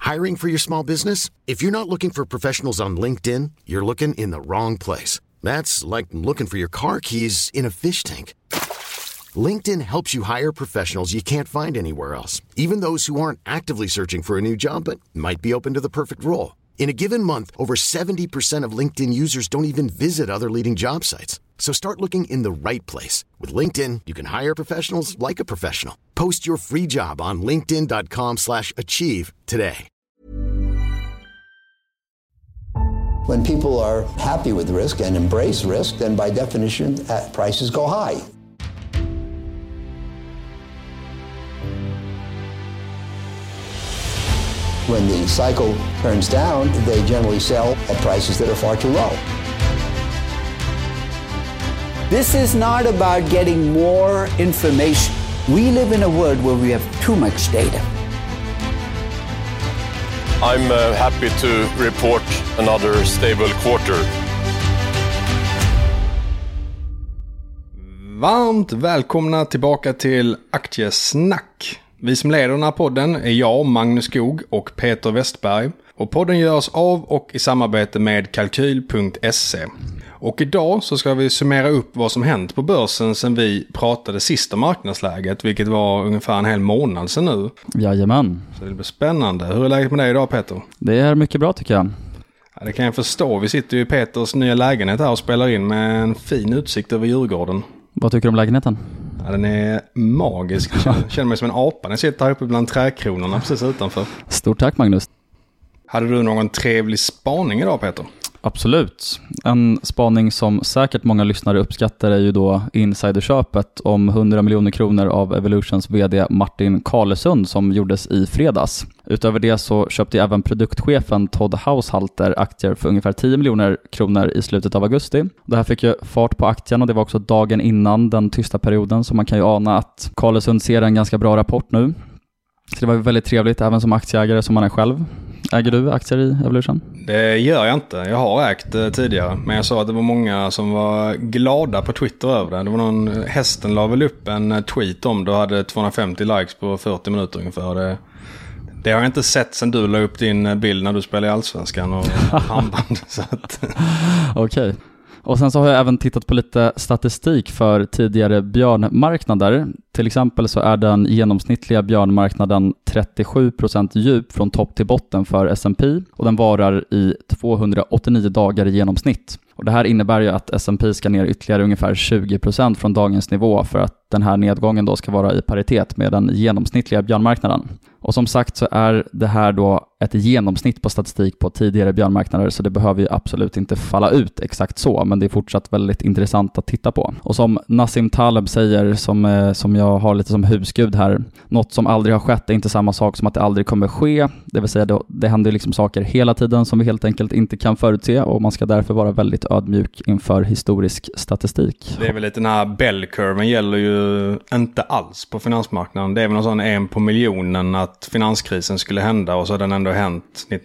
Hiring for your small business? If you're not looking for professionals on LinkedIn, you're looking in the wrong place. That's like looking for your car keys in a fish tank. LinkedIn helps you hire professionals you can't find anywhere else, even those who aren't actively searching for a new job but might be open to the perfect role. In a given month, over 70% of LinkedIn users don't even visit other leading job sites. So start looking in the right place. With LinkedIn, you can hire professionals like a professional. Post your free job on linkedin.com/achieve today. When people are happy with risk and embrace risk, then by definition, prices go high. When the cycle turns down, they generally sell at prices that are far too low. This is not about getting more information. We live in a world where we have too much data. I'm happy to report another stable quarter. Varmt välkomna tillbaka till Aktiesnack. Vi som leder den här podden är jag, Magnus Skog och Peter Westberg. Och podden görs av och i samarbete med Kalkyl.se. Och idag så ska vi summera upp vad som hänt på börsen sedan vi pratade sist om marknadsläget, vilket var ungefär en hel månad sedan nu. Jajamän. Så det blir spännande. Hur är läget med dig idag, Peter? Det är mycket bra tycker jag. Ja, det kan jag förstå. Vi sitter ju i Peters nya lägenhet här och spelar in med en fin utsikt över Djurgården. Vad tycker du om lägenheten? Ja, den är magisk. Jag känner mig som en apa när jag sitter här uppe bland trädkronorna precis utanför. Stort tack, Magnus. Hade du någon trevlig spaning idag, Peter? Absolut. En spaning som säkert många lyssnare uppskattar är ju då insiderköpet om 100 miljoner kronor av Evolutions vd Martin Karlesund som gjordes i fredags. Utöver det så köpte även produktchefen Todd Haushalter aktier för ungefär 10 miljoner kronor i slutet av augusti. Det här fick ju fart på aktien och det var också dagen innan den tysta perioden, så man kan ju ana att Karlesund ser en ganska bra rapport nu. Så det var väldigt trevligt även som aktieägare som man är själv. Äger du aktier i Evolution? Det gör jag inte. Jag har ägt tidigare. Men jag sa att det var många som var glada på Twitter över det. Det var någon, hästen la väl upp en tweet om det och hade 250 likes på 40 minuter ungefär. Det har jag inte sett sedan du la upp din bild när du spelade i Allsvenskan och handband. Okej. Och sen så har jag även tittat på lite statistik för tidigare björnmarknader. Till exempel så är den genomsnittliga björnmarknaden 37% djup från topp till botten för S&P och den varar i 289 dagar i genomsnitt. Och det här innebär ju att S&P ska ner ytterligare ungefär 20% från dagens nivå för att den här nedgången då ska vara i paritet med den genomsnittliga björnmarknaden. Och som sagt så är det här då ett genomsnitt på statistik på tidigare björnmarknader, så det behöver ju absolut inte falla ut exakt så, men det är fortsatt väldigt intressant att titta på. Och som Nassim Taleb säger, som jag har lite som husgud här, något som aldrig har skett är inte samma sak som att det aldrig kommer ske. Det vill säga det händer liksom saker hela tiden som vi helt enkelt inte kan förutse, och man ska därför vara väldigt ödmjuk inför historisk statistik. Det är väl lite den här bell-curven gäller ju inte alls på finansmarknaden. Det är väl någon sån 1 på miljonen att finanskrisen skulle hända, och så har den ändå hänt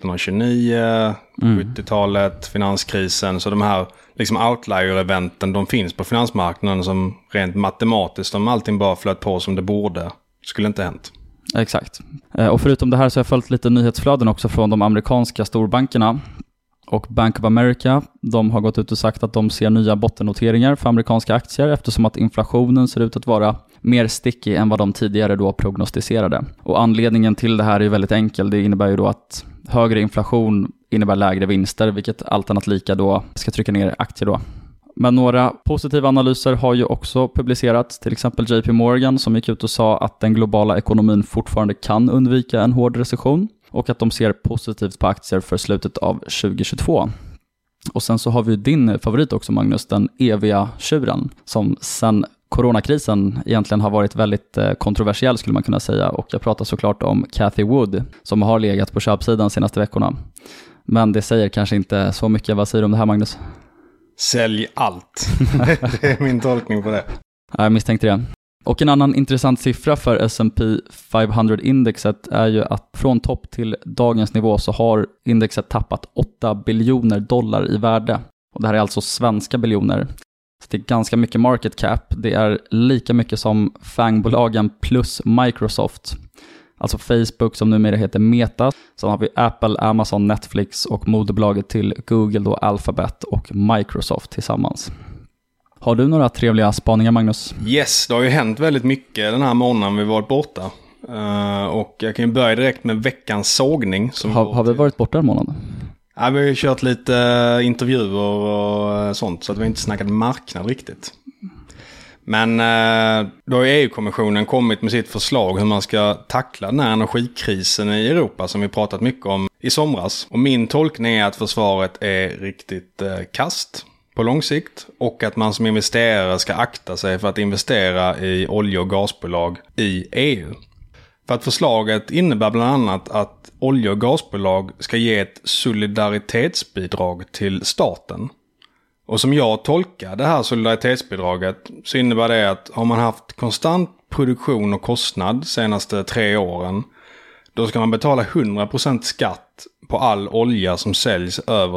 1929, 70-talet, finanskrisen. Så de här liksom outlier-eventen, de finns på finansmarknaden som rent matematiskt, om allting bara flöt på som det borde, skulle inte hänt. Exakt. Och förutom det här så har jag följt lite nyhetsflöden också från de amerikanska storbankerna. Och Bank of America, de har gått ut och sagt att de ser nya bottennoteringar för amerikanska aktier eftersom att inflationen ser ut att vara mer sticky än vad de tidigare då prognostiserade. Och anledningen till det här är ju väldigt enkel. Det innebär ju då att högre inflation innebär lägre vinster, vilket allt annat lika då ska trycka ner aktier då. Men några positiva analyser har ju också publicerats, till exempel JP Morgan som gick ut och sa att den globala ekonomin fortfarande kan undvika en hård recession och att de ser positivt på aktier för slutet av 2022. Och sen så har vi din favorit också, Magnus, den eviga tjuren som sen coronakrisen egentligen har varit väldigt kontroversiell skulle man kunna säga, och jag pratar såklart om Cathie Wood som har legat på köpsidan senaste veckorna. Men det säger kanske inte så mycket. Vad säger du om det här, Magnus? Sälj allt. Det är min tolkning på det. Jag misstänkte det. Och en annan intressant siffra för S&P 500-indexet är ju att från topp till dagens nivå så har indexet tappat $8 biljoner i värde. Och det här är alltså svenska biljoner. Så det är ganska mycket market cap. Det är lika mycket som FANG-bolagen plus Microsoft. Alltså Facebook som numera heter Meta. Sen har vi Apple, Amazon, Netflix och moderbolaget till Google då Alphabet och Microsoft tillsammans. Har du några trevliga spaningar, Magnus? Yes, det har ju hänt väldigt mycket den här månaden vi varit borta. Och jag kan ju börja direkt med veckans sågning. Som har vi varit borta en månad? Ja, vi har ju kört lite intervjuer och sånt, så att vi inte snackat marknad riktigt. Men då har EU-kommissionen kommit med sitt förslag hur man ska tackla den här energikrisen i Europa som vi pratat mycket om i somras. Och min tolkning är att försvaret är riktigt kast på lång sikt och att man som investerare ska akta sig för att investera i olje- och gasbolag i EU. För att förslaget innebär bland annat att olje- och gasbolag ska ge ett solidaritetsbidrag till staten. Och som jag tolkar det här solidaritetsbidraget så innebär det att har man haft konstant produktion och kostnad senaste 3 åren, då ska man betala 100% skatt på all olja som säljs över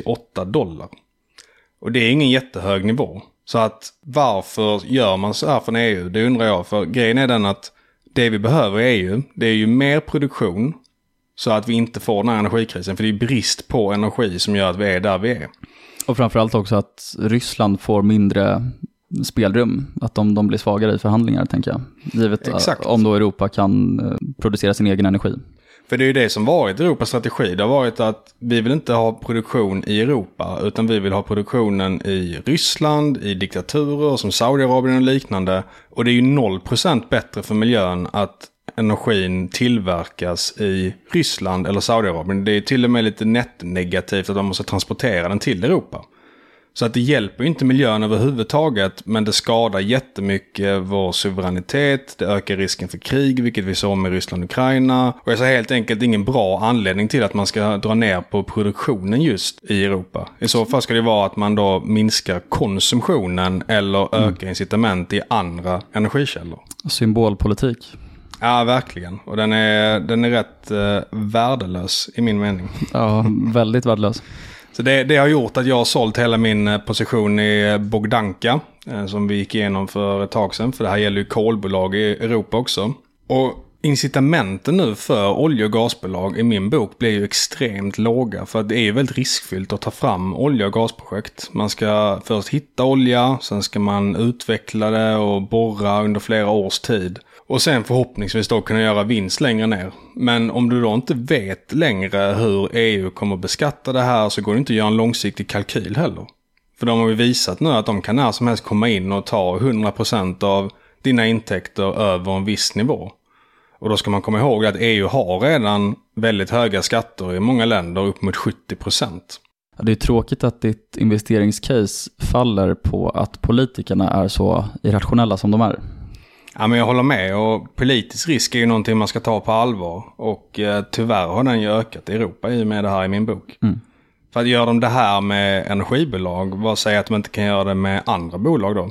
$68. Och det är ingen jättehög nivå. Så att varför gör man så här från EU? Det undrar jag. För grejen är den att det vi behöver i EU, det är ju mer produktion så att vi inte får den här energikrisen. För det är brist på energi som gör att vi är där vi är. Och framförallt också att Ryssland får mindre spelrum. Att de blir svagare i förhandlingar, tänker jag. Givet om då Europa kan producera sin egen energi. För det är ju det som varit Europas strategi. Det har varit att vi vill inte ha produktion i Europa, utan vi vill ha produktionen i Ryssland, i diktaturer som Saudiarabien och liknande. Och det är ju 0% bättre för miljön att energin tillverkas i Ryssland eller Saudiarabien. Det är till och med lite negativt att man måste transportera den till Europa. Så att det hjälper inte miljön överhuvudtaget, men det skadar jättemycket vår suveränitet. Det ökar risken för krig, vilket vi såg med Ryssland och Ukraina. Och jag ser helt enkelt ingen bra anledning till att man ska dra ner på produktionen just i Europa. I så fall ska det vara att man då minskar konsumtionen eller ökar incitament i andra energikällor. Symbolpolitik. Ja, verkligen. Och den är rätt värdelös i min mening. Ja, väldigt värdelös. Så det har gjort att jag har sålt hela min position i Bogdanka som vi gick igenom för ett tag sedan. För det här gäller ju kolbolag i Europa också. Och incitamenten nu för olje- och gasbolag i min bok blir ju extremt låga. För det är ju väldigt riskfyllt att ta fram olje- och gasprojekt. Man ska först hitta olja, sen ska man utveckla det och borra under flera års tid. Och sen förhoppningsvis då kunna göra vinst längre ner. Men om du då inte vet längre hur EU kommer beskatta det här så går det inte att göra en långsiktig kalkyl heller. För de har ju visat nu att de kan när som helst komma in och ta 100% av dina intäkter över en viss nivå. Och då ska man komma ihåg att EU har redan väldigt höga skatter i många länder, upp mot 70%. Ja, det är tråkigt att ditt investeringscase faller på att politikerna är så irrationella som de är. Ja, men jag håller med, och politisk risk är ju någonting man ska ta på allvar. Och tyvärr har den ju ökat i Europa i och med det här i min bok. För att göra de det här med energibolag, vad säger att man inte kan göra det med andra bolag då?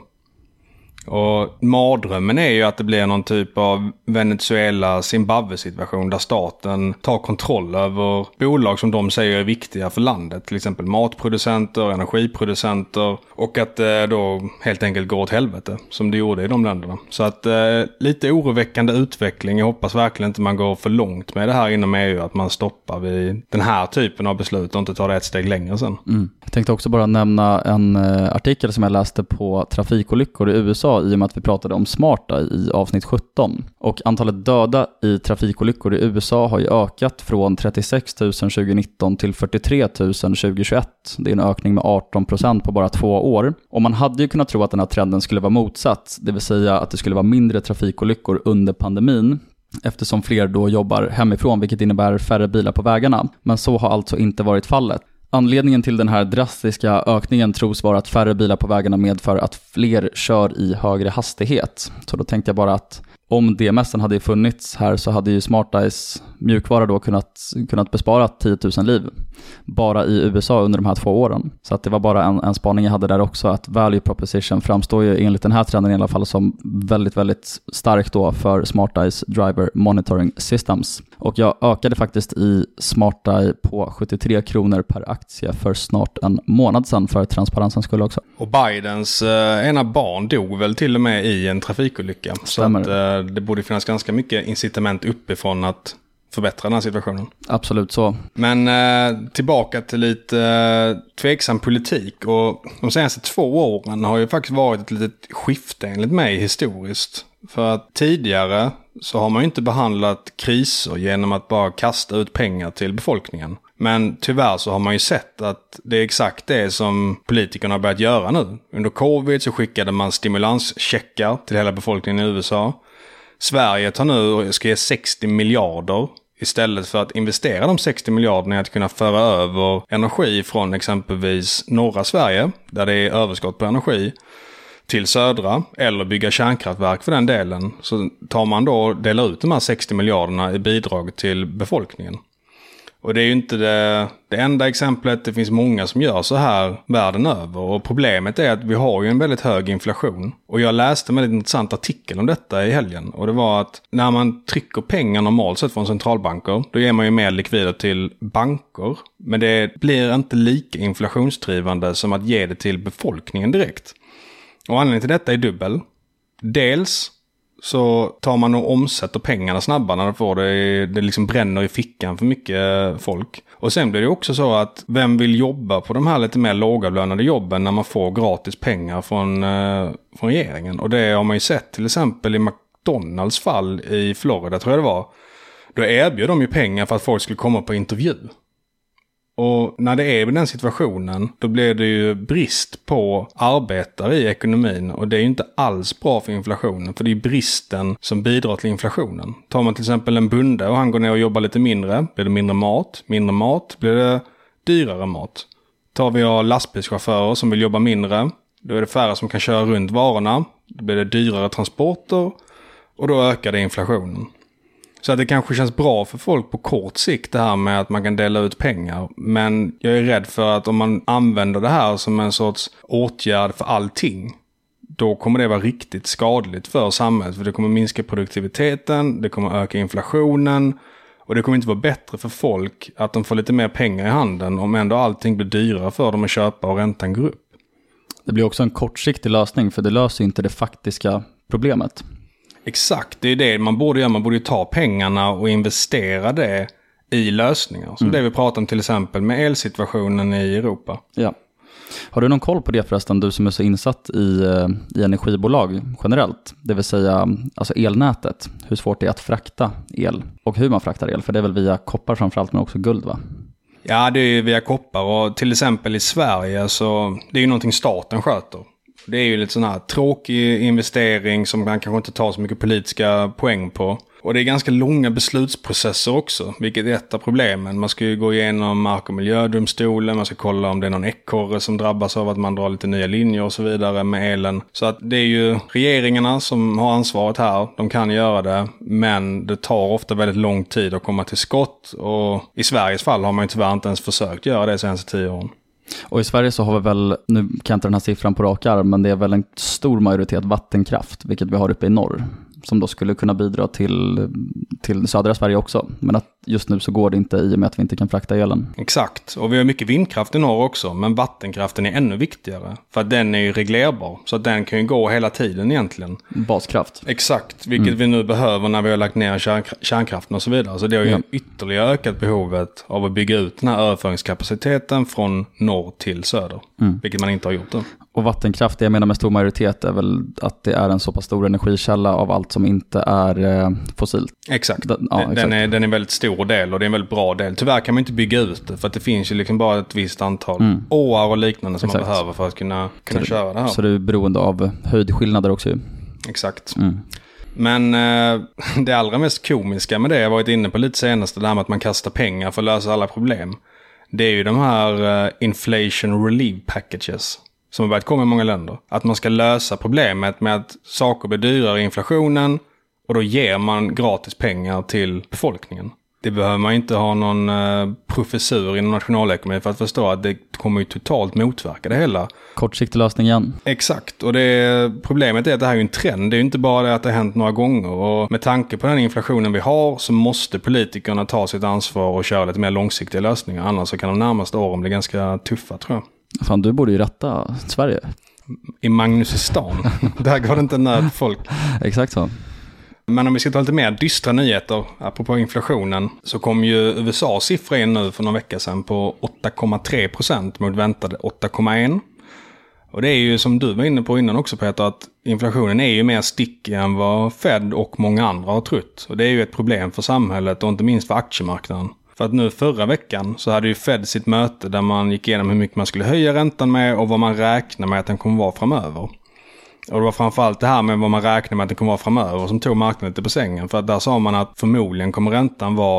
Och mardrömmen är ju att det blir någon typ av Venezuela-Zimbabwe-situation där staten tar kontroll över bolag som de säger är viktiga för landet. Till exempel matproducenter, energiproducenter, och att det då helt enkelt går åt helvete som det gjorde i de länderna. Så att lite oroväckande utveckling. Jag hoppas verkligen inte man går för långt med det här inom EU, att man stoppar vid den här typen av beslut och inte tar det ett steg längre sen. Jag tänkte också bara nämna en artikel som jag läste på trafikolyckor i USA i och med att vi pratade om smarta i avsnitt 17. Och antalet döda i trafikolyckor i USA har ju ökat från 36 000 2019 till 43 000 2021. Det är en ökning med 18% på bara 2 år. Och man hade ju kunnat tro att den här trenden skulle vara motsatt, det vill säga att det skulle vara mindre trafikolyckor under pandemin, eftersom fler då jobbar hemifrån, vilket innebär färre bilar på vägarna. Men så har alltså inte varit fallet. Anledningen till den här drastiska ökningen tros vara att färre bilar på vägarna medför att fler kör i högre hastighet. Så då tänkte jag bara att om DMSen hade funnits här så hade ju SmartEyes mjukvara då kunnat bespara 10 000 liv bara i USA under de här 2 åren. Så att det var bara en spaning jag hade där också, att value proposition framstår ju enligt den här trenden i alla fall som väldigt, väldigt starkt då för SmartEyes driver monitoring systems. Och jag ökade faktiskt i SmartEye på 73 kronor per aktie för snart en månad sedan för transparensens skull också. Och Bidens ena barn dog väl till och med i en trafikolycka. Stämmer. Så att, det borde finnas ganska mycket incitament uppifrån att förbättra den här situationen. Absolut så. Men tillbaka till lite tveksam politik. Och de senaste 2 åren har ju faktiskt varit ett litet skifte enligt mig historiskt. För att tidigare så har man ju inte behandlat kriser genom att bara kasta ut pengar till befolkningen. Men tyvärr så har man ju sett att det är exakt det som politikerna har börjat göra nu. Under covid så skickade man stimulanscheckar till hela befolkningen i USA. Sverige tar nu och ska ge 60 miljarder istället för att investera de 60 miljarderna i att kunna föra över energi från exempelvis norra Sverige, där det är överskott på energi, till södra, eller bygga kärnkraftverk för den delen. Så tar man då och delar ut de här 60 miljarderna i bidrag till befolkningen. Och det är ju inte det enda exemplet, det finns många som gör så här världen över. Och problemet är att vi har ju en väldigt hög inflation. Och jag läste en väldigt intressant artikel om detta i helgen. Och det var att när man trycker pengar normalt sett från centralbanker, då ger man ju mer likvider till banker. Men det blir inte lika inflationsdrivande som att ge det till befolkningen direkt. Och anledningen till detta är dubbel. Dels så tar man och omsätter pengarna snabbare när det liksom bränner i fickan för mycket folk. Och sen blir det också så att vem vill jobba på de här lite mer lågavlönade jobben när man får gratis pengar från regeringen. Och det har man ju sett till exempel i McDonalds fall i Florida, tror jag det var. Då erbjöd de ju pengar för att folk skulle komma på intervju. Och när det är i den situationen, då blir det ju brist på arbetare i ekonomin. Och det är ju inte alls bra för inflationen, för det är bristen som bidrar till inflationen. Tar man till exempel en bonde och han går ner och jobbar lite mindre, blir det mindre mat blir det dyrare mat. Tar vi lastbilschaufförer som vill jobba mindre, då är det färre som kan köra runt varorna, då blir det dyrare transporter och då ökar det inflationen. Så att det kanske känns bra för folk på kort sikt det här med att man kan dela ut pengar. Men jag är rädd för att om man använder det här som en sorts åtgärd för allting, då kommer det vara riktigt skadligt för samhället. För det kommer minska produktiviteten, det kommer öka inflationen och det kommer inte vara bättre för folk att de får lite mer pengar i handen om ändå allting blir dyrare för dem att köpa och räntan går upp. Det blir också en kortsiktig lösning, för det löser inte det faktiska problemet. Exakt, det är det man borde göra. Man borde ta pengarna och investera det i lösningar. Som det vi pratar om till exempel med elsituationen i Europa. Ja. Har du någon koll på det förresten, du som är så insatt i energibolag generellt? Det vill säga alltså elnätet. Hur svårt det är att frakta el och hur man fraktar el. För det är väl via koppar framförallt, men också guld, va? Ja, det är via koppar. Och till exempel i Sverige så det är ju någonting staten sköter. Det är ju lite sån här tråkig investering som man kanske inte tar så mycket politiska poäng på. Och det är ganska långa beslutsprocesser också, vilket är ett av problemen. Man ska ju gå igenom mark- och miljödomstolen, man ska kolla om det är någon ekorre som drabbas av att man drar lite nya linjer och så vidare med elen. Så att det är ju regeringarna som har ansvaret här, de kan göra det, men det tar ofta väldigt lång tid att komma till skott. Och i Sveriges fall har man ju tyvärr inte ens försökt göra det senaste 10 åren. Och i Sverige så har vi väl, nu kan jag inte den här siffran på rak arm, men det är väl en stor majoritet vattenkraft, vilket vi har uppe i norr, som då skulle kunna bidra till södra Sverige också. Men att just nu så går det inte i och med att vi inte kan frakta elen. Exakt, och vi har mycket vindkraft i norr också, men vattenkraften är ännu viktigare. För att den är ju reglerbar, så att den kan ju gå hela tiden egentligen. Baskraft. Exakt, vilket vi nu behöver när vi har lagt ner kärnkraften och så vidare. Så det har ju ytterligare ökat behovet av att bygga ut den här överföringskapaciteten från norr till söder. Vilket man inte har gjort då. Och vattenkraft, det jag menar med stor majoritet, är väl att det är en så pass stor energikälla av allt som inte är fossilt. Exakt, den är en väldigt stor del och det är en väldigt bra del. Tyvärr kan man inte bygga ut det för att det finns ju liksom bara ett visst antal åar och liknande som man behöver för att kunna köra det här. Så det är beroende av höjdskillnader också ju. Exakt. Men det allra mest komiska med det jag varit inne på lite senast, det här med att man kastar pengar för att lösa alla problem. Det är ju de här inflation relief packages som har börjat komma i många länder. Att man ska lösa problemet med att saker blir dyrare i inflationen och då ger man gratis pengar till befolkningen. Det behöver man inte ha någon professor inom nationalekonomi för att förstå att det kommer ju totalt motverka det hela. Kortsiktig lösning igen. Exakt, och problemet är att det här är ju en trend. Det är ju inte bara det att det har hänt några gånger. Och med tanke på den inflationen vi har så måste politikerna ta sitt ansvar och köra lite mer långsiktiga lösningar. Annars så kan de närmaste åren bli ganska tuffa, tror jag. Fan, du borde ju rätta Sverige. I Magnusistan. Där går det inte nöd folk. Exakt så. Men om vi ska ta lite mer dystra nyheter, apropå inflationen, så kom ju USAs siffra in nu för några veckor sedan på 8,3% mot väntade 8,1%. Och det är ju som du var inne på innan också, Peter, att inflationen är ju mer stickig än vad Fed och många andra har trott. Och det är ju ett problem för samhället och inte minst för aktiemarknaden. För att nu förra veckan så hade ju Fed sitt möte där man gick igenom hur mycket man skulle höja räntan med och vad man räknar med att den kommer vara framöver. Och det var framförallt det här med vad man räknar med att det kommer vara framöver som tog marknaden lite på sängen. För att där sa man att förmodligen kommer räntan vara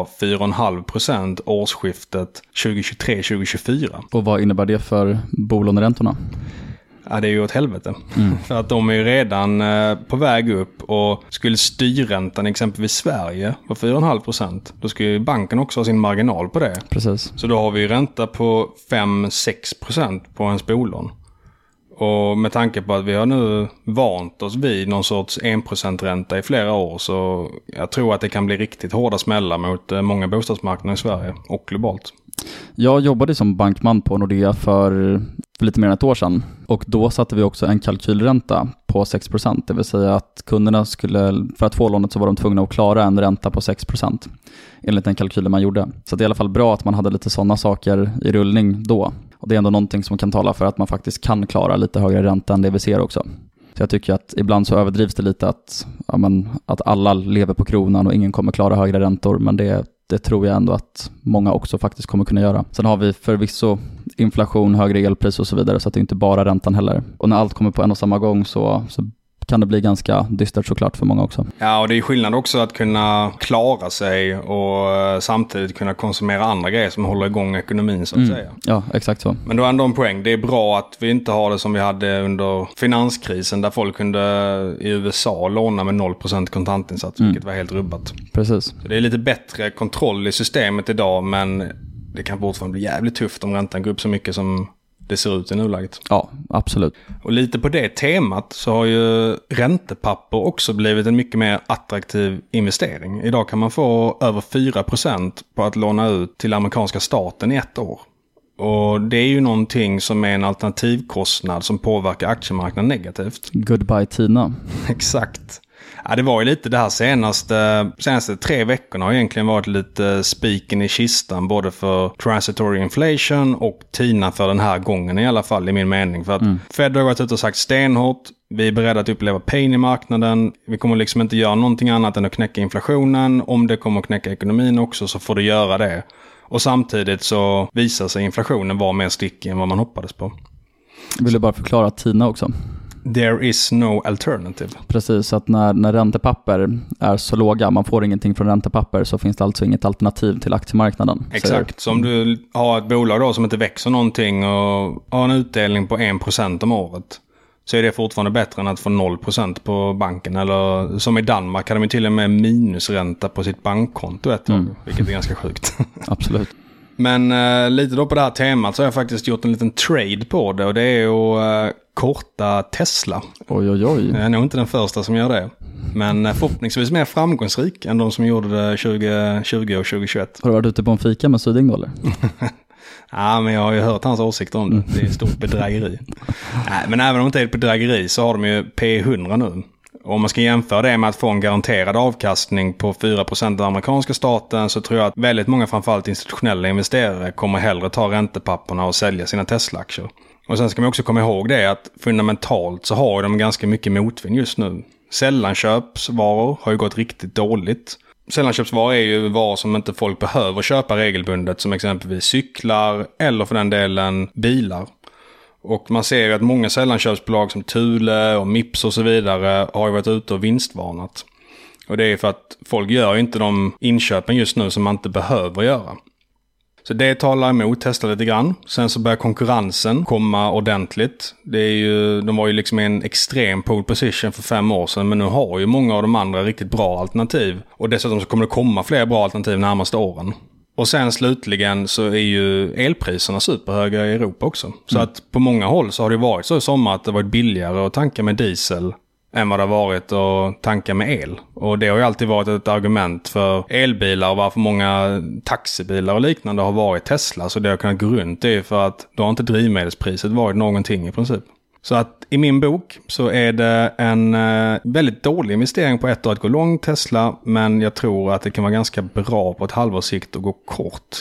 4,5% årsskiftet 2023-2024. Och vad innebär det för bolåneräntorna? Ja, det är ju åt helvete. För att de är ju redan på väg upp, och skulle styrräntan exempelvis Sverige vara 4,5%, då skulle ju banken också ha sin marginal på det. Precis. Så då har vi ju ränta på 5-6% på ens bolån. Och med tanke på att vi har nu vant oss vid någon sorts 1% ränta i flera år, så jag tror att det kan bli riktigt hårda smällar mot många bostadsmarknader i Sverige och globalt. Jag jobbade som bankman på Nordea för lite mer än ett år sedan, och då satte vi också en kalkylränta på 6%, det vill säga att kunderna skulle, för att få lånet så var de tvungna att klara en ränta på 6% enligt den kalkylen man gjorde. Så det är i alla fall bra att man hade lite sådana saker i rullning då, och det är ändå någonting som kan tala för att man faktiskt kan klara lite högre ränta än det vi ser också. Så jag tycker att ibland så överdrivs det lite att alla lever på kronan och ingen kommer klara högre räntor, men det tror jag ändå att många också faktiskt kommer kunna göra. Sen har vi förvisso inflation, högre elpris och så vidare, så att det är inte bara räntan heller. Och när allt kommer på en och samma gång så kan det bli ganska dystert såklart för många också. Ja, och det är skillnad också att kunna klara sig och samtidigt kunna konsumera andra grejer som håller igång ekonomin så att säga. Ja, exakt så. Men då är ändå en poäng. Det är bra att vi inte har det som vi hade under finanskrisen där folk kunde i USA låna med 0% kontantinsats, vilket var helt rubbat. Precis. Så det är lite bättre kontroll i systemet idag, men det kan fortfarande bli jävligt tufft om räntan går upp så mycket som det ser ut i nuläget. Ja, absolut. Och lite på det temat så har ju räntepapper också blivit en mycket mer attraktiv investering. Idag kan man få över 4% på att låna ut till amerikanska staten i 1 år. Och det är ju någonting som är en alternativkostnad som påverkar aktiemarknaden negativt. Goodbye Tina. Exakt. Ja, det var ju lite det här senaste 3 veckorna har egentligen varit lite spiken i kistan både för transitory inflation och Tina för den här gången i alla fall i min mening. För att Fed har varit ute och sagt stenhårt, vi är beredda att uppleva pain i marknaden, vi kommer liksom inte göra någonting annat än att knäcka inflationen, om det kommer att knäcka ekonomin också så får det göra det. Och samtidigt så visar sig inflationen vara mer stickig än vad man hoppades på. Vill du bara förklara Tina också? There is no alternative. Precis, att när räntepapper är så låga, man får ingenting från räntepapper, så finns det alltså inget alternativ till aktiemarknaden. Exakt, så om du har ett bolag då som inte växer någonting och har en utdelning på 1% om året, så är det fortfarande bättre än att få 0% på banken. Eller som i Danmark hade de till och med minusränta på sitt bankkonto ett tag, vilket är ganska sjukt. Absolut. Men lite då på det här temat så har jag faktiskt gjort en liten trade på det, och det är att korta Tesla. Oj. Jag är nog inte den första som gör det. Men förhoppningsvis mer framgångsrik än de som gjorde det 2020 och 2021. Har du varit ute på en fika med Syding då eller? Ja, men jag har ju hört hans åsikter om det. Det är ett stort bedrägeri. Nej, men även om det inte är ett bedrägeri så har de ju P100 nu. Och om man ska jämföra det med att få en garanterad avkastning på 4% av amerikanska staten, så tror jag att väldigt många, framförallt institutionella investerare, kommer hellre ta räntepapperna och sälja sina Tesla-aktier. Och sen ska man också komma ihåg det att fundamentalt så har de ganska mycket motvind just nu. Sällanköpsvaror har ju gått riktigt dåligt. Sällanköpsvaror är ju varor som inte folk behöver köpa regelbundet, som exempelvis cyklar eller för den delen bilar. Och man ser ju att många sällanköpsbolag som Thule och Mips och så vidare har ju varit ute och vinstvarnat. Och det är för att folk gör ju inte de inköpen just nu som man inte behöver göra. Så det talar emot Tesla lite grann. Sen så börjar konkurrensen komma ordentligt. De var ju liksom i en extrem pole position för 5 år sedan, men nu har ju många av de andra riktigt bra alternativ. Och dessutom så kommer det komma fler bra alternativ närmaste åren. Och sen slutligen så är ju elpriserna superhöga i Europa också. Så att på många håll så har det varit så i sommar att det varit billigare att tanka med diesel än vad det har varit att tanka med el. Och det har ju alltid varit ett argument för elbilar och varför många taxibilar och liknande har varit Tesla. Så det har kunnat gå runt det för att då har inte drivmedelspriset varit någonting i princip. Så att i min bok så är det en väldigt dålig investering på ett år att gå lång Tesla, men jag tror att det kan vara ganska bra på ett halvårssikt att gå kort.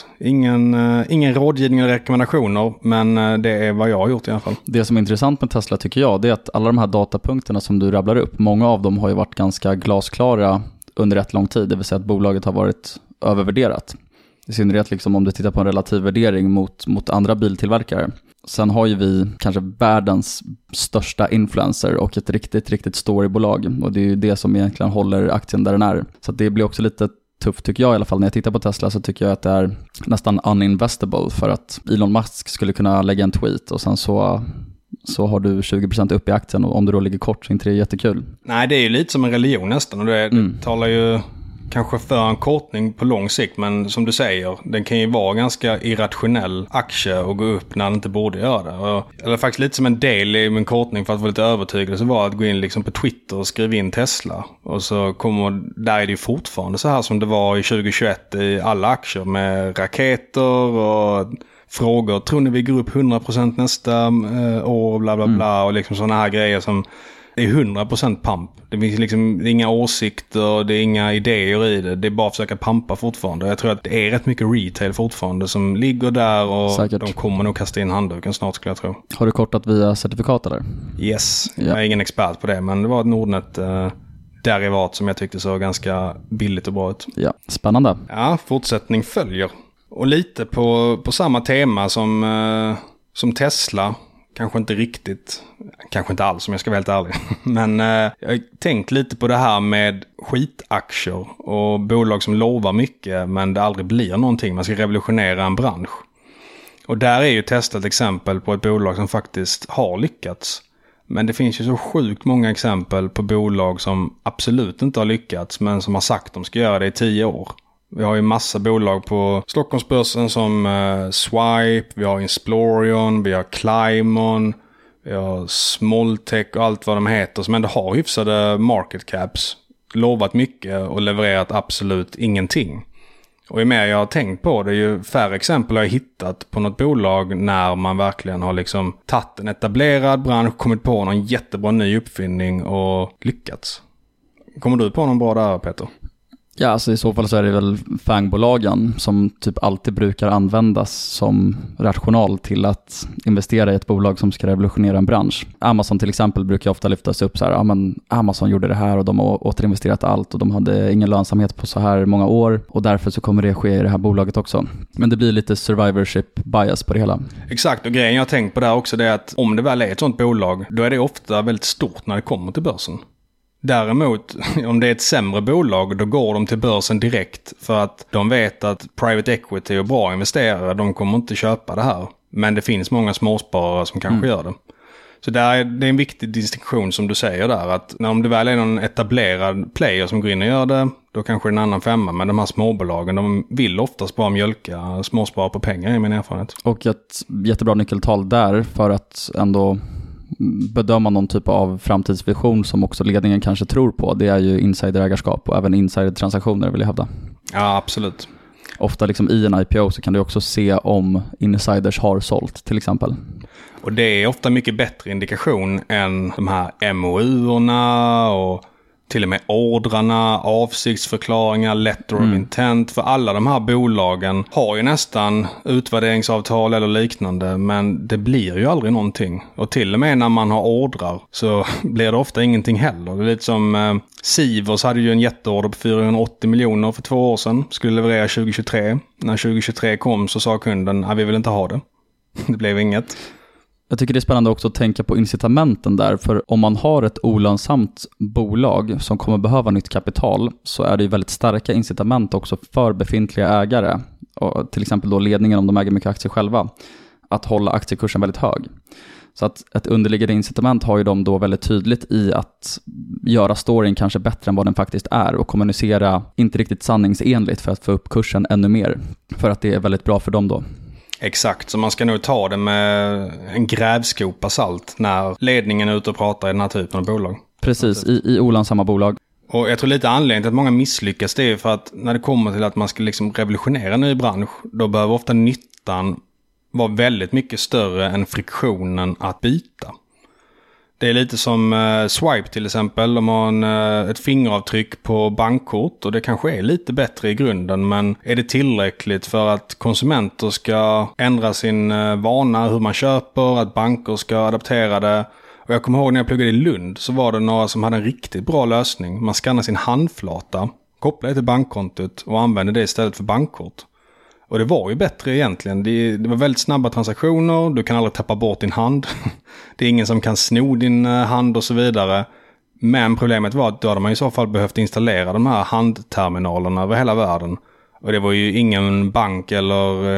Ingen rådgivning eller rekommendationer, men det är vad jag har gjort i alla fall. Det som är intressant med Tesla tycker jag, det är att alla de här datapunkterna som du rabblar upp, många av dem har ju varit ganska glasklara under rätt lång tid, det vill säga att bolaget har varit övervärderat. I synnerhet liksom om du tittar på en relativ värdering mot andra biltillverkare. Sen har ju vi kanske världens största influencer och ett riktigt storybolag. Och det är ju det som egentligen håller aktien där den är. Så det blir också lite tufft tycker jag i alla fall. När jag tittar på Tesla så tycker jag att det är nästan uninvestable. För att Elon Musk skulle kunna lägga en tweet och sen så har du 20% upp i aktien. Och om du då ligger kort så är inte det jättekul. Nej, det är ju lite som en religion nästan. Och det talar ju kanske för en kortning på lång sikt, men som du säger, den kan ju vara ganska irrationell aktie och gå upp när den inte borde göra det. Eller faktiskt lite som en del i min kortning för att vara lite övertygad så var att gå in liksom på Twitter och skriva in Tesla. Och så där är det ju fortfarande så här som det var i 2021 i alla aktier med raketer och frågor. Tror ni vi går upp 100% nästa år, bla bla bla, och liksom sådana här grejer som det är 100% pump. Det finns liksom inga åsikter, det är inga idéer i det. Det är bara att försöka pampa fortfarande. Jag tror att det är rätt mycket retail fortfarande som ligger där och säkert. De kommer nog kasta in handduken snart skulle jag tro. Har du kortat via certifikat eller? Yes, jag är ingen expert på det, men det var ett Nordnet derivat som jag tyckte så ganska billigt och bra ut. Ja, spännande. Ja, fortsättning följer. Och lite på samma tema som Tesla. Kanske inte alls om jag ska vara helt ärlig. Men jag har tänkt lite på det här med skitaktier och bolag som lovar mycket men det aldrig blir någonting. Man ska revolutionera en bransch. Och där är ju Tesla ett exempel på ett bolag som faktiskt har lyckats. Men det finns ju så sjukt många exempel på bolag som absolut inte har lyckats men som har sagt att de ska göra det i 10 år. Vi har ju massa bolag på Stockholmsbörsen som Swipe, vi har Insplorion, vi har Climon, vi har Smoltech och allt vad de heter som ändå har hyfsade market caps, lovat mycket och levererat absolut ingenting. Och ju mer jag har tänkt på det, ju färre exempel har jag hittat på något bolag när man verkligen har liksom tagit en etablerad bransch, kommit på någon jättebra ny uppfinning och lyckats. Kommer du på någon bra där, Peter? Ja, alltså i så fall så är det väl FANG-bolagen som typ alltid brukar användas som rational till att investera i ett bolag som ska revolutionera en bransch. Amazon till exempel brukar ofta lyftas upp så här, ja men Amazon gjorde det här och de har återinvesterat allt och de hade ingen lönsamhet på så här många år och därför så kommer det ske i det här bolaget också. Men det blir lite survivorship bias på det hela. Exakt, och grejen jag har tänkt på där också det är att om det väl är ett sånt bolag, då är det ofta väldigt stort när det kommer till börsen. Däremot, om det är ett sämre bolag, då går de till börsen direkt för att de vet att private equity och bra investerare, de kommer inte köpa det här. Men det finns många småsparare som kanske gör det. Så det är en viktig distinktion som du säger där, att om det väl är någon etablerad player som går in och gör det, då kanske det är en annan femma. Men de här småbolagen, de vill oftast bara mjölka småsparare på pengar i min erfarenhet. Och ett jättebra nyckeltal där för att ändå bedöma någon typ av framtidsvision som också ledningen kanske tror på, det är ju insiderägarskap och även insidertransaktioner vill jag hävda. Ja, absolut. Ofta liksom i en IPO så kan du också se om insiders har sålt till exempel. Och det är ofta mycket bättre indikation än de här MOU-erna och till och med ordrarna, avsiktsförklaringar, letter of intent. För alla de här bolagen har ju nästan utvärderingsavtal eller liknande, men det blir ju aldrig någonting. Och till och med när man har ordrar så blir det ofta ingenting heller. Det är lite som Sivers hade ju en jätteorder på 480 miljoner för 2 år sedan. Skulle leverera 2023. När 2023 kom så sa kunden att vi vill inte ha det. Det blev inget. Jag tycker det är spännande också att tänka på incitamenten där, för om man har ett olönsamt bolag som kommer behöva nytt kapital så är det ju väldigt starka incitament också för befintliga ägare, och till exempel då ledningen om de äger mycket aktier själva, att hålla aktiekursen väldigt hög. Så att ett underliggande incitament har ju de då väldigt tydligt i att göra storyn kanske bättre än vad den faktiskt är och kommunicera inte riktigt sanningsenligt för att få upp kursen ännu mer, för att det är väldigt bra för dem då. Exakt, så man ska nog ta det med en grävskopa salt när ledningen är ute och pratar i den här typen av bolag. Precis, i olönsamma bolag. Och jag tror lite anledningen till att många misslyckas, det är för att när det kommer till att man ska liksom revolutionera en ny bransch, då behöver ofta nyttan vara väldigt mycket större än friktionen att byta. Det är lite som Swipe till exempel. De har ett fingeravtryck på bankkort och det kanske är lite bättre i grunden, men är det tillräckligt för att konsumenter ska ändra sin vana, hur man köper, att banker ska adaptera det? Och jag kommer ihåg när jag pluggade i Lund så var det några som hade en riktigt bra lösning. Man skannar sin handflata, kopplar det till bankkontot och använder det istället för bankkort. Och det var ju bättre egentligen. Det var väldigt snabba transaktioner. Du kan aldrig tappa bort din hand. Det är ingen som kan sno din hand och så vidare. Men problemet var att då hade man i så fall behövt installera de här handterminalerna över hela världen. Och det var ju ingen bank eller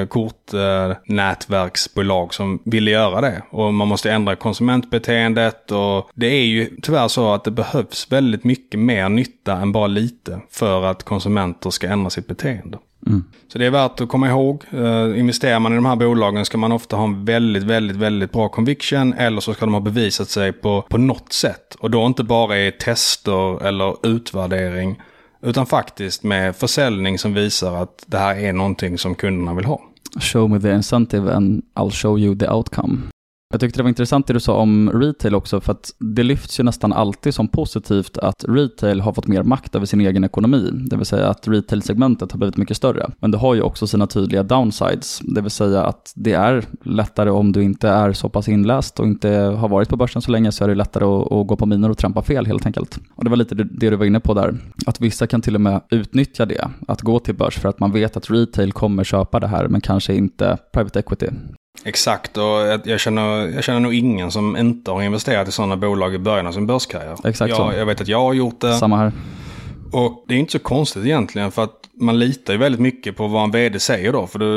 kortnätverksbolag som ville göra det. Och man måste ändra konsumentbeteendet. Och det är ju tyvärr så att det behövs väldigt mycket mer nytta än bara lite för att konsumenter ska ändra sitt beteende. Mm. Så det är värt att komma ihåg. Investerar man i de här bolagen ska man ofta ha en väldigt, väldigt, väldigt bra conviction, eller så ska de ha bevisat sig på något sätt. Och då inte bara i tester eller utvärdering, utan faktiskt med försäljning som visar att det här är någonting som kunderna vill ha. Show me the incentive and I'll show you the outcome. Jag tyckte det var intressant det du sa om retail också, för att det lyfts ju nästan alltid som positivt att retail har fått mer makt över sin egen ekonomi. Det vill säga att retail-segmentet har blivit mycket större. Men det har ju också sina tydliga downsides. Det vill säga att det är lättare om du inte är så pass inläst och inte har varit på börsen så länge, så är det lättare att gå på miner och trampa fel helt enkelt. Och det var lite det du var inne på där. Att vissa kan till och med utnyttja det. Att gå till börs för att man vet att retail kommer köpa det här, men kanske inte private equity. Exakt, och jag känner nog ingen som inte har investerat i sådana bolag i början av sin börskarriär. Exakt så. Jag vet att jag har gjort det. Samma här. Och det är inte så konstigt egentligen, för att man litar ju väldigt mycket på vad en vd säger då. För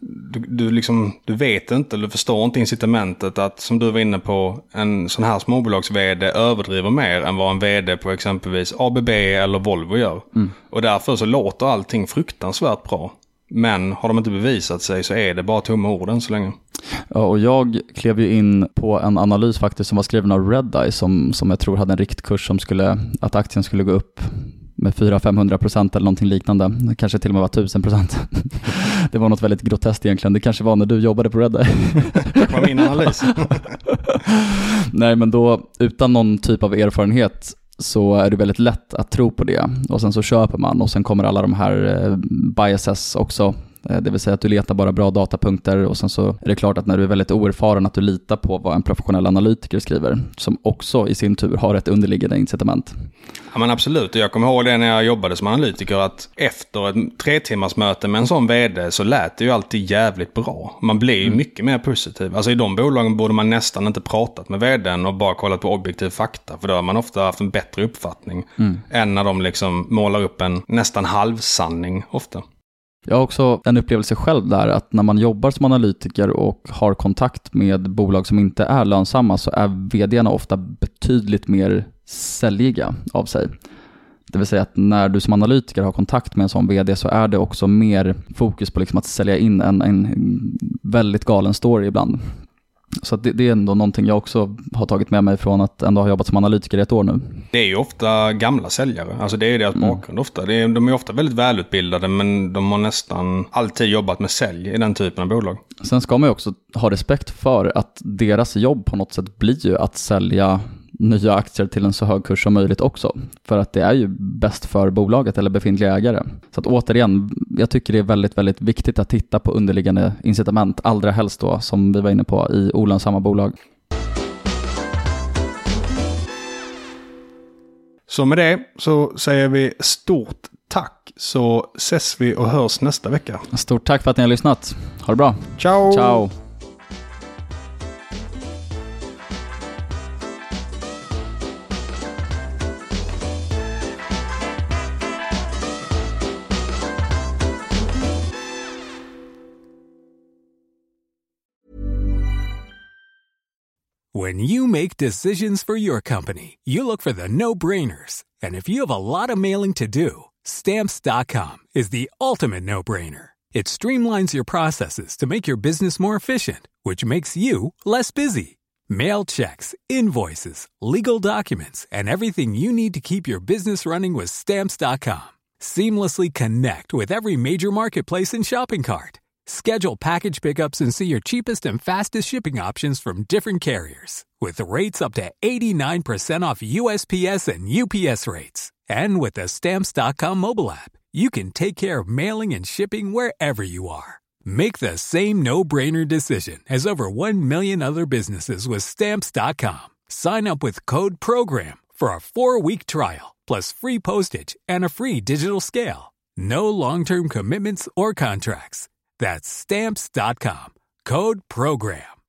du vet inte, eller förstår inte incitamentet att, som du var inne på, en sån här småbolags-vd överdriver mer än vad en vd på exempelvis ABB eller Volvo gör. Mm. Och därför så låter allting fruktansvärt bra. Men har de inte bevisat sig så är det bara tomma orden så länge. Ja, och jag klev ju in på en analys faktiskt som var skriven av Redeye som jag tror hade en riktkurs som att aktien skulle gå upp med 400-500% eller någonting liknande. Kanske till och med var 1000%. Det var något väldigt groteskt egentligen. Det kanske var när du jobbade på Redeye. Det var min analys. Nej, men då utan någon typ av erfarenhet så är det väldigt lätt att tro på det. Och sen så köper man och sen kommer alla de här biases också. Det vill säga att du letar bara bra datapunkter, och sen så är det klart att när du är väldigt oerfaren att du litar på vad en professionell analytiker skriver, som också i sin tur har ett underliggande incitament. Ja, men absolut. Jag kommer ihåg det när jag jobbade som analytiker, att efter ett 3-timmars möte med en sån vd så lät det ju alltid jävligt bra. Man blir ju mycket mer positiv. Alltså i de bolagen borde man nästan inte pratat med vdn och bara kollat på objektiv fakta, för då har man ofta haft en bättre uppfattning än när de liksom målar upp en nästan halvsanning ofta. Jag har också en upplevelse själv där att när man jobbar som analytiker och har kontakt med bolag som inte är lönsamma, så är vd:arna ofta betydligt mer säljiga av sig. Det vill säga att när du som analytiker har kontakt med en sån vd så är det också mer fokus på liksom att sälja in en väldigt galen story ibland. Så att det är ändå någonting jag också har tagit med mig från att ändå ha jobbat som analytiker i ett år nu. Det är ju ofta gamla säljare. Alltså det är deras bakgrund ofta. De är ofta väldigt välutbildade, men de har nästan alltid jobbat med sälj i den typen av bolag. Sen ska man ju också ha respekt för att deras jobb på något sätt blir ju att sälja nya aktier till en så hög kurs som möjligt också. För att det är ju bäst för bolaget eller befintliga ägare. Så att återigen, jag tycker det är väldigt, väldigt viktigt att titta på underliggande incitament. Allra helst då, som vi var inne på, i olönsamma bolag. Så med det så säger vi stort tack, så ses vi och hörs nästa vecka. Stort tack för att ni har lyssnat. Ha det bra. Ciao! Ciao! When you make decisions for your company, you look for the no-brainers. And if you have a lot of mailing to do, Stamps.com is the ultimate no-brainer. It streamlines your processes to make your business more efficient, which makes you less busy. Mail checks, invoices, legal documents, and everything you need to keep your business running with Stamps.com. Seamlessly connect with every major marketplace and shopping cart. Schedule package pickups and see your cheapest and fastest shipping options from different carriers. With rates up to 89% off USPS and UPS rates. And with the Stamps.com mobile app, you can take care of mailing and shipping wherever you are. Make the same no-brainer decision as over 1 million other businesses with Stamps.com. Sign up with code PROGRAM for a 4-week trial, plus free postage and a free digital scale. No long-term commitments or contracts. That's Stamps.com. Code PROGRAM.